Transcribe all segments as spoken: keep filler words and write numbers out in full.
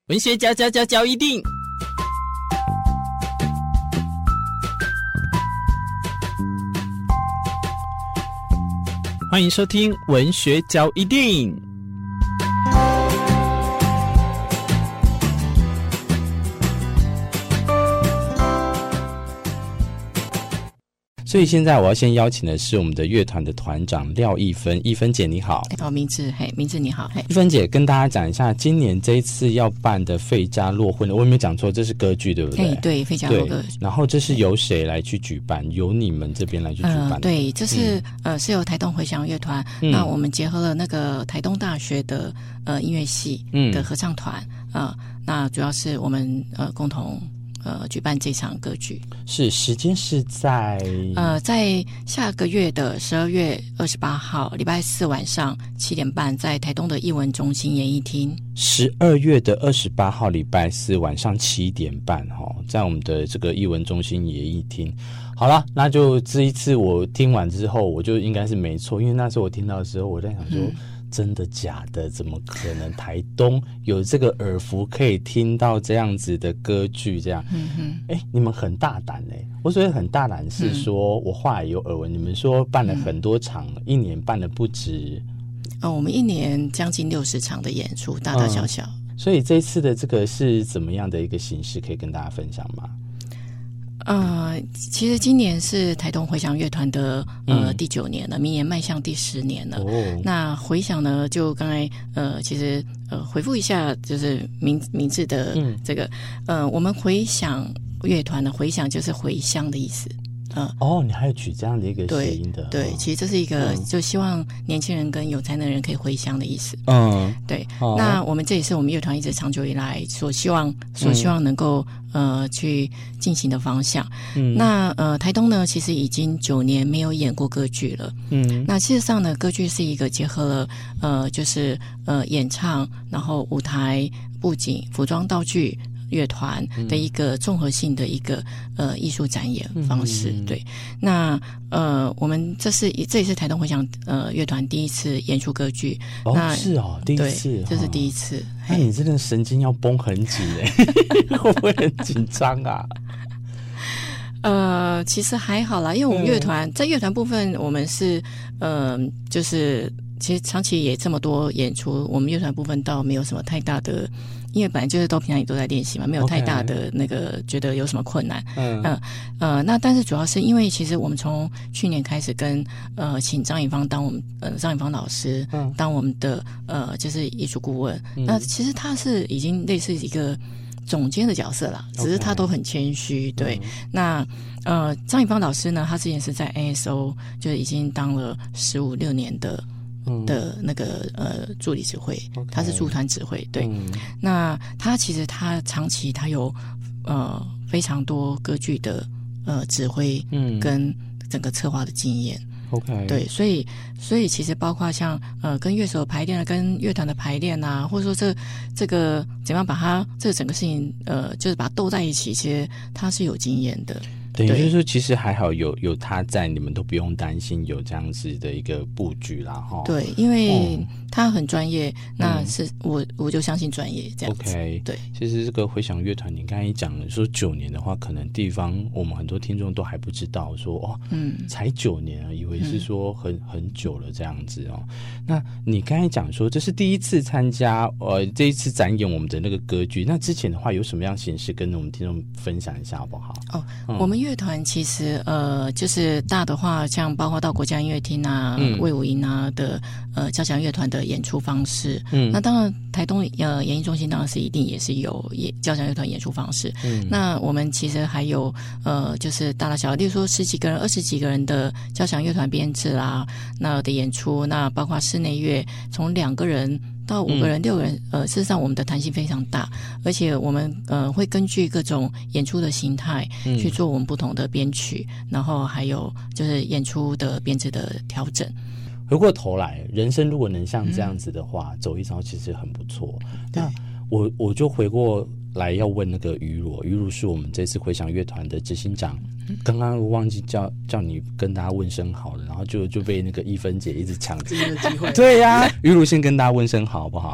文学交交交交一定，欢迎收听文学交一定。所以现在我要先邀请的是我们的乐团的团长廖一芬，一芬姐你好。 哦，明志，嘿，明志你好，嘿， 一芬姐跟大家讲一下，今年这一次要办的费加洛婚，我有没有讲错？这是歌剧对不对？ 对，费加洛歌。 然后这是由谁来去举办？由你们这边来去举办的？ 呃、对，这是、嗯、呃是由台东回响乐团、嗯，那我们结合了那个台东大学的呃音乐系的合唱团，嗯、呃，那主要是我们呃共同。呃，举办这场歌剧是时间是在呃，在下个月的十二月二十八号，礼拜四晚上七点半，在台东的艺文中心演艺厅。 十二月的二十八号，礼拜四晚上七点半，哈，在我们的这个艺文中心演艺厅。好了，那就这一次我听完之后，我就应该是没错，因为那时候我听到的时候，我在想说。嗯真的假的？怎么可能？台东有这个耳福可以听到这样子的歌剧，这样，嗯哼，哎，你们很大胆嘞！我所谓很大胆是说，嗯、我话也有耳闻，你们说办了很多场，嗯、一年办了不止， 哦，我们一年将近六十场的演出，大大小小。 嗯、所以这一次的这个是怎么样的一个形式，可以跟大家分享吗？ 呃，其实今年是台东回响乐团的呃、嗯、第九年了，明年迈向第十年了。哦、那回响呢，就刚才呃，其实呃回复一下，就是名名字的这个、嗯、呃，我们回响乐团的回响就是回乡的意思。 嗯、哦，你还有取这样的一个谐音的？ 对，对哦、 其实这是一个、嗯、就希望年轻人跟有才能的人可以回乡的意思。 嗯， 对。哦、那我们这也是我们乐团一直长久以来所希望、所希望能够、嗯、呃去进行的方向。嗯，那呃台东呢，其实已经九年没有演过歌剧了。嗯，那事实上呢，歌剧是一个结合了呃就是呃演唱，然后舞台布景、服装道具。乐团的一个综合性的一个、嗯、呃艺术展演方式，嗯、对。那呃，我们这是这也是台东回响呃乐团第一次演出歌剧。 哦， 那是哦，第一次， 这是第一次。 那你真的神经要绷很紧哎，会不会很紧张啊？ 呃，其实还好啦，因为我们乐团、嗯、在乐团部分，我们是呃，就是其实长期也这么多演出，我们乐团部分倒没有什么太大的。因为本来就是都平常也都在练习嘛，没有太大的那个觉得有什么困难。嗯呃呃，那但是主要是因为其实我们从去年开始跟呃请张颖芳当我们呃张颖芳老师、嗯、当我们的呃就是艺术顾问、嗯，那其实他是已经类似一个总监的角色啦，只是他都很谦虚。对，嗯、那呃张颖芳老师呢，他之前是在 A S O 就已经当了十五六年的。的那个呃助理指挥， okay, 他是驻团指挥，对、嗯。那他其实他长期他有呃非常多歌剧的呃指挥，嗯，跟整个策划的经验。 OK， 对，所以所以其实包括像呃跟乐手的排练啊，跟乐团的排练啊，或者说这这个怎么样把它这个整个事情呃就是把它斗在一起，其实他是有经验的。 等于就是说，其实还好有有他在，你们都不用担心有这样子的一个布局啦，哈。 对，因为他很专业，嗯、那是我我就相信专业这样子。 OK， 对。 其实这个回响乐团，你刚才讲了说九年的话，可能地方我们很多听众都还不知道说哦，嗯，才九年啊，以为是说很、嗯、很久了这样子哦。那你刚才讲说这是第一次参加呃这一次展演我们的那个歌剧，那之前的话有什么样形式跟我们听众分享一下好不好？ 哦，嗯、我们乐团其实呃就是大的话，像包括到国家音乐厅啊、嗯、卫武营啊的呃交响乐团的演出方式。嗯，那当然台东呃演艺中心当然是一定也是有演交响乐团演出方式。嗯，那我们其实还有呃就是大大小小，例如说十几个人、二十几个人的交响乐团编制啦，那的演出，那包括室内乐，从两个人。到五个人、嗯、六个人，呃，事实上我们的弹性非常大，而且我们呃会根据各种演出的形态去做我们不同的编曲，嗯、然后还有就是演出的编制的调整。 回过头来，人生如果能像这样子的话，嗯、走一遭其实很不错。那我我就回过来要问那个于如，于如是我们这次回响乐团的执行长。刚刚我忘记叫叫你跟大家问声好了，然后就就被那个一芬姐一直抢这个机会。对呀、啊，于如先跟大家问声好，好不好？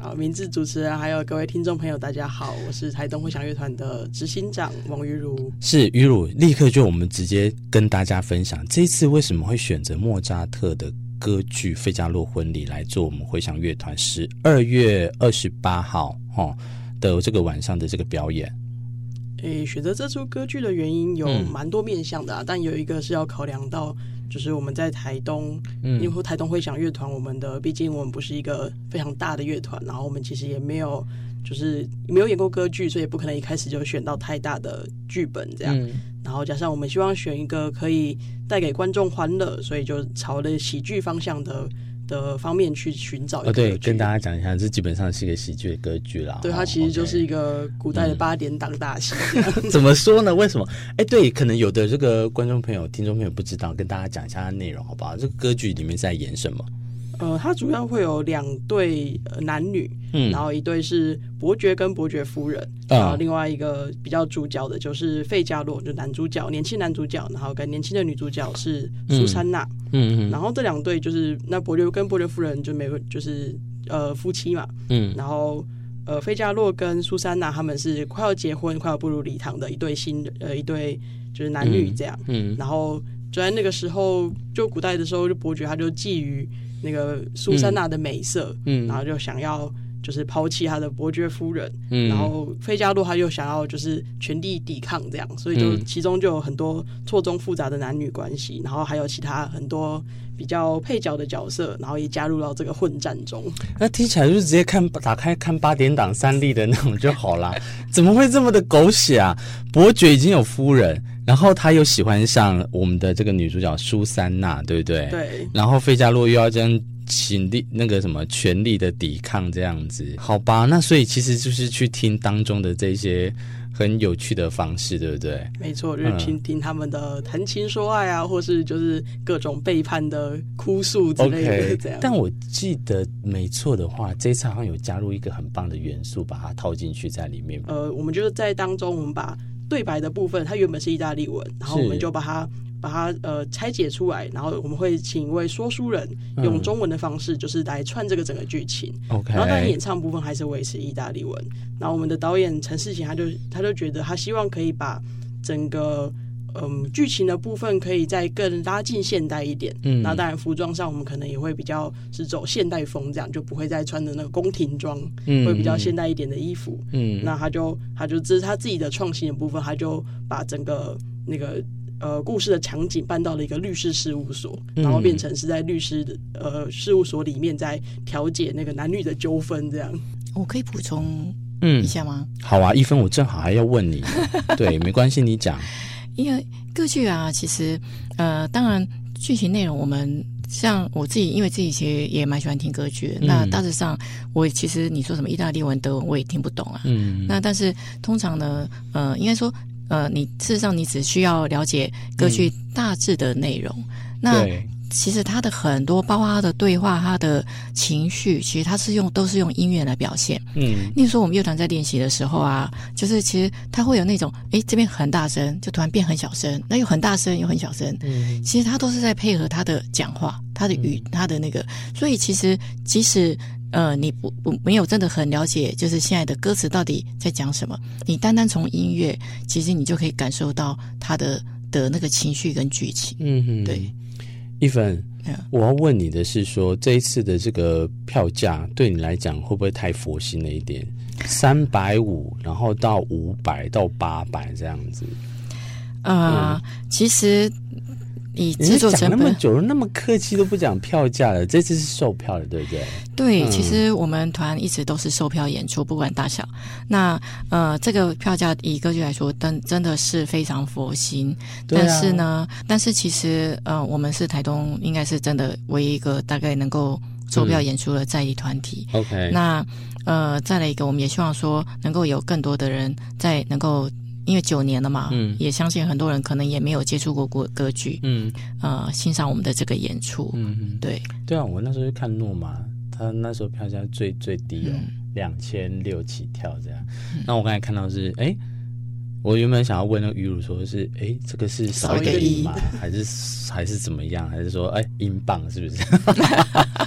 好，明志主持人还有各位听众朋友大家好，我是台东会响乐团的执行长王于如。 是于如，立刻就我们直接跟大家分享这一次为什么会选择莫扎特的歌剧《费加洛婚礼》来做我们会响乐团十二月二十八号、哦、的这个晚上的这个表演。 诶，选择这出歌剧的原因有蛮多面向的啊、嗯、但有一个是要考量到就是我们在台东，嗯，因为台东会响乐团，我们的毕竟我们不是一个非常大的乐团，然后我们其实也没有就是没有演过歌剧，所以也不可能一开始就选到太大的剧本这样、嗯、然后加上我们希望选一个可以带给观众欢乐，所以就朝了喜剧方向的的方面去寻找一个歌剧、哦、对， 跟大家讲一下，这基本上是一个喜剧的歌剧啦。 对，它其实就是一个古代的八点档大戏、 嗯、怎么说呢？为什么？哎，对，可能有的这个观众朋友听众朋友不知道，跟大家讲一下它的内容好不好？这个歌剧里面在演什么？ 呃，它主要会有两对、呃、男女、嗯，然后一对是伯爵跟伯爵夫人、嗯，然后另外一个比较主角的就是费加洛，就男主角，年轻男主角，然后跟年轻的女主角是苏珊娜，嗯嗯，然后这两对就是那伯爵跟伯爵夫人就每个就是呃夫妻嘛，嗯，然后呃费加洛跟苏珊娜他们是快要结婚、快要步入礼堂的一对新呃一对就是男女这样，嗯，嗯然后就在那个时候，就古代的时候，就伯爵他就觊觎那个苏珊娜的美色，嗯，然后就想要就是抛弃他的伯爵夫人，嗯，然后费加洛他又想要就是全力抵抗这样，所以就其中就有很多错综复杂的男女关系，然后还有其他很多比较配角的角色，然后也加入到这个混战中。 那听起来就是直接看打开看八点档三立的那种就好啦，怎么会这么的狗血啊？伯爵已经有夫人，然后他又喜欢上我们的这个女主角苏珊娜，对不对？ 对。 然后费加洛又要这样请力那个什么权力的抵抗这样子，好吧？那所以其实就是去听当中的这些很有趣的方式，对不对？ 没错，就是听、嗯、听他们的谈情说爱啊，或是就是各种背叛的哭诉之类的、okay, 这样。 但我记得没错的话，这一次好像有加入一个很棒的元素，把它套进去在里面。 呃，我们就是在当中，我们把对白的部分，它原本是意大利文，然后我们就把它把它呃拆解出来，然后我们会请一位说书人用中文的方式，就是来串这个整个剧情。OK，、嗯、然后但演唱部分还是维持意大利文。然后我们的导演陈世贤他就他就觉得他希望可以把整个嗯剧情的部分可以再更拉近现代一点。嗯，然后当然服装上我们可能也会比较是走现代风，这样就不会再穿的那个宫廷装，嗯，会比较现代一点的衣服。嗯，那他就他就这是他自己的创新的部分，他就把整个那个。呃，故事的场景搬到了一个律师事务所，然后变成是在律师的呃事务所里面在调解那个男女的纠纷，这样。 我可以补充一下吗？ 嗯、好啊，一芬，我正好还要问你，对，没关系，你讲。 因为歌剧啊，其实呃，当然剧情内容我们。像我自己，因为自己其实也蛮喜欢听歌剧、嗯、那大致上我其实你说什么意大利文、德文我也听不懂啊。嗯，那但是通常呢，呃，应该说，呃，你事实上你只需要了解歌剧大致的内容。嗯、那其实它的很多，包括它的对话、它的情绪，其实它是用都是用音乐来表现。嗯，例如说我们乐团在练习的时候啊，就是其实它会有那种，哎，这边很大声，就突然变很小声，那又很大声又很小声。嗯，其实它都是在配合它的讲话、它的语、嗯、它的那个，所以其实即使呃你不不没有真的很了解，就是现在的歌词到底在讲什么，你单单从音乐，其实你就可以感受到它的的那个情绪跟剧情。嗯哼，对。 一芬，我要问你的是说，这一次的这个票价对你来讲会不会太佛心了一点？三百五，然后到五百到八百这样子。 呃、嗯，其实以制作成本， 讲那么久了，那么客气都不讲票价了，这次是售票的，对不对？ 对，嗯、其实我们团一直都是售票演出，不管大小。那呃，这个票价以歌剧来说，真真的是非常佛心。但是呢，啊、但是其实呃，我们是台东，应该是真的唯一一个大概能够售票演出的在地团体。嗯、OK， 那呃，再来一个，我们也希望说能够有更多的人在能够。因为九年了嘛，嗯，也相信很多人可能也没有接触过歌歌剧，嗯，呃，欣赏我们的这个演出，嗯，对， 对啊，我那时候去看诺玛，他那时候票价最最低哦，两千六起跳这样。嗯、那我刚才看到是，哎，我原本想要问那个鱼乳说是，哎，这个是少一个一吗？还是还是怎么样？还是说，哎，英镑是不是？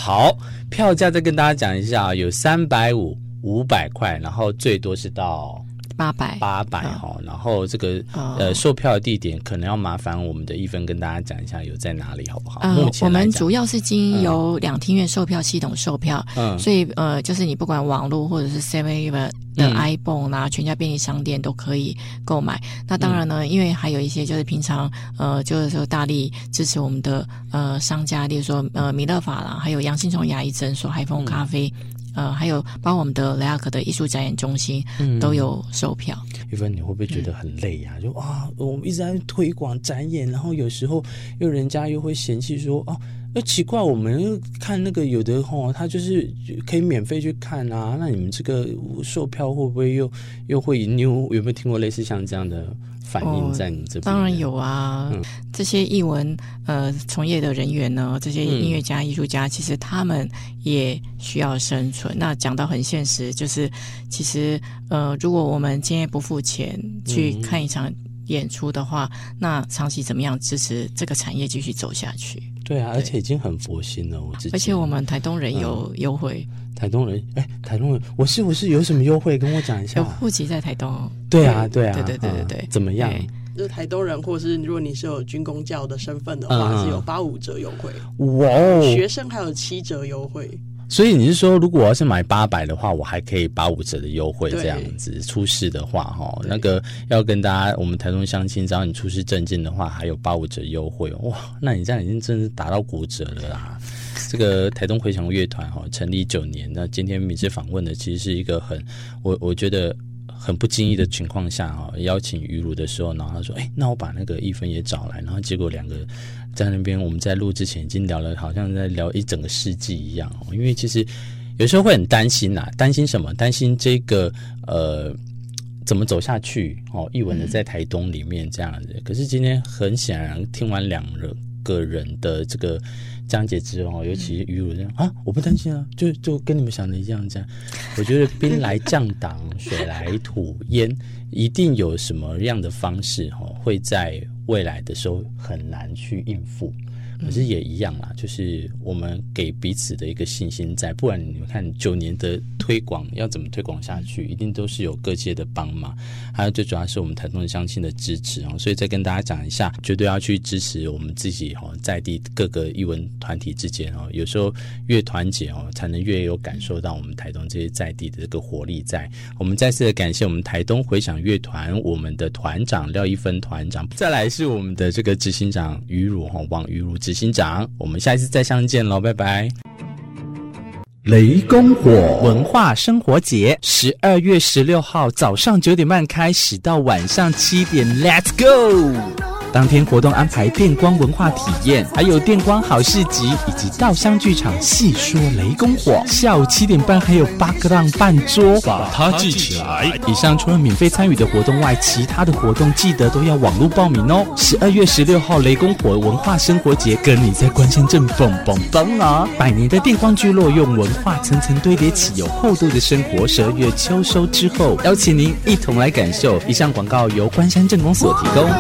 好，票价再跟大家讲一下，有三百五、五百块，然后最多是到八百八百哈，然后这个、哦、呃售票的地点可能要麻烦我们的一芬跟大家讲一下有在哪里好不好？ 呃、 目前我们主要是经由两厅院售票系统售票，嗯，所以呃就是你不管网络或者是 seven eleven 的 iPhone 啦、嗯，全家便利商店都可以购买。那当然呢，嗯、因为还有一些就是平常呃就是说大力支持我们的呃商家，例如说呃米勒法郎，还有杨新虫牙医诊所、海丰咖啡。嗯呃，还有包括我们的雷亚克的艺术展演中心、嗯、都有售票。 一芬，你会不会觉得很累呀、啊嗯？就啊，我们一直在推广展演，然后有时候又人家又会嫌弃说，哦、啊，那奇怪，我们看那个有的吼，他就是可以免费去看啊，那你们这个售票会不会又又会？你有有没有听过类似像这样的反应在你这边、哦？ 当然有啊，嗯、这些艺文呃从业的人员呢，这些音乐家、艺术家，其实他们也需要生存。那讲到很现实，就是其实呃，如果我们今天不付钱去看一场演出的话，嗯、那长期怎么样支持这个产业继续走下去？ 对啊，而且已经很佛心了。我而且我们台东人有优惠。 嗯台东人，哎，台东人，我是我是有什么优惠？跟我讲一下。 有户籍在台东。 对啊，对啊， 对对对对对、 嗯。怎么样？ 就是台东人，或是如果你是有军公教的身份的话，嗯、是有八五折优惠。 哇哦！ 学生还有七折优惠。 所以你是说，如果我要是买八百的话，我还可以八五折的优惠这样子。出示的话，哈，那个要跟大家，我们台东乡亲，只要你出示证件的话，还有八五折优惠。哇，那你这样已经真是打到骨折了啦！这个台东回响乐团哈成立九年，那今天每次访问的其实是一个很我我觉得很不经意的情况下哈，邀请于如的时候，然后他说，哎、欸，那我把那个一芬也找来，然后结果两个在那边我们在录之前已经聊了，好像在聊一整个世纪一样哦。因为其实有时候会很担心呐、啊，担心什么？担心这个呃怎么走下去哦？艺文的在台东里面这样子，可是今天很显然听完两个人的这个讲解之后，尤其于如这样啊，我不担心啊，就就跟你们想的一样这样。我觉得兵来将挡，水来土淹，一定有什么样的方式哈，会在未来的时候很难去应付。可是也一样啦，就是我们给彼此的一个信心在，不然你们看九年的推广要怎么推广下去，一定都是有各界的帮忙，还有最主要是我们台东的乡亲的支持哦。所以再跟大家讲一下，绝对要去支持我们自己哦，在地各个艺文团体之间哦，有时候越团结哦，才能越有感受到我们台东这些在地的这个活力在。我们再次的感谢我们台东回响乐团，我们的团长廖一芬团长，再来是我们的这个执行长于如哈王于如执行长，我们下一次再相见喽，拜拜。雷公火文化生活节，十二月十六号早上九点半开始，到晚上七点 ，Let's go！当天活动安排电光文化体验，还有电光好市集以及稻香剧场细说雷公火。下午七点半还有八个浪半桌，把它记起来。以上除了免费参与的活动外，其他的活动记得都要网络报名哦。十二月十六号雷公火文化生活节，跟你在关山镇蹦蹦蹦啊！百年的电光聚落用文化层层堆叠起有厚度的生活。十二月秋收之后，邀请您一同来感受。以上广告由关山镇公所提供。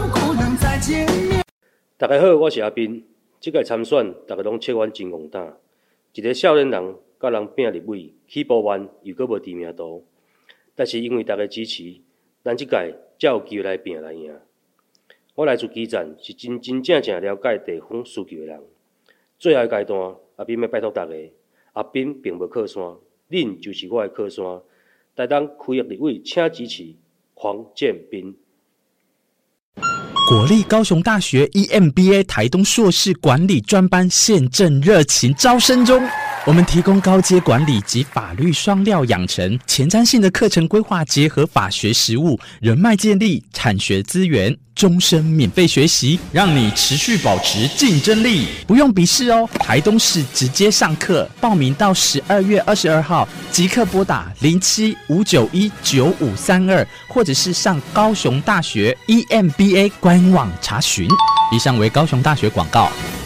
大家好，我是阿斌。这届参选，大家拢切阮真戆胆。一个少年人，甲人拼立委，起步慢又阁无知名度，但是因为大家支持，咱这届才有机会来拼来赢。我来自基站，是真真正正了解地方需求的人。最后阶段，阿斌要拜托大家，阿斌并无靠山，恁就是我的靠山。台东区域立委，请支持黄建斌。 国立高雄大学 E M B A 台东硕士管理专班现正热情招生中，我们提供高阶管理及法律双料养成，前瞻性的课程规划，结合法学实务、人脉建立、产学资源，终身免费学习，让你持续保持竞争力。不用笔试哦，台东市直接上课。报名到十二月二十二号，即刻拨打零七五九一九五三二，或者是上高雄大学 E M B A 官网查询。以上为高雄大学广告。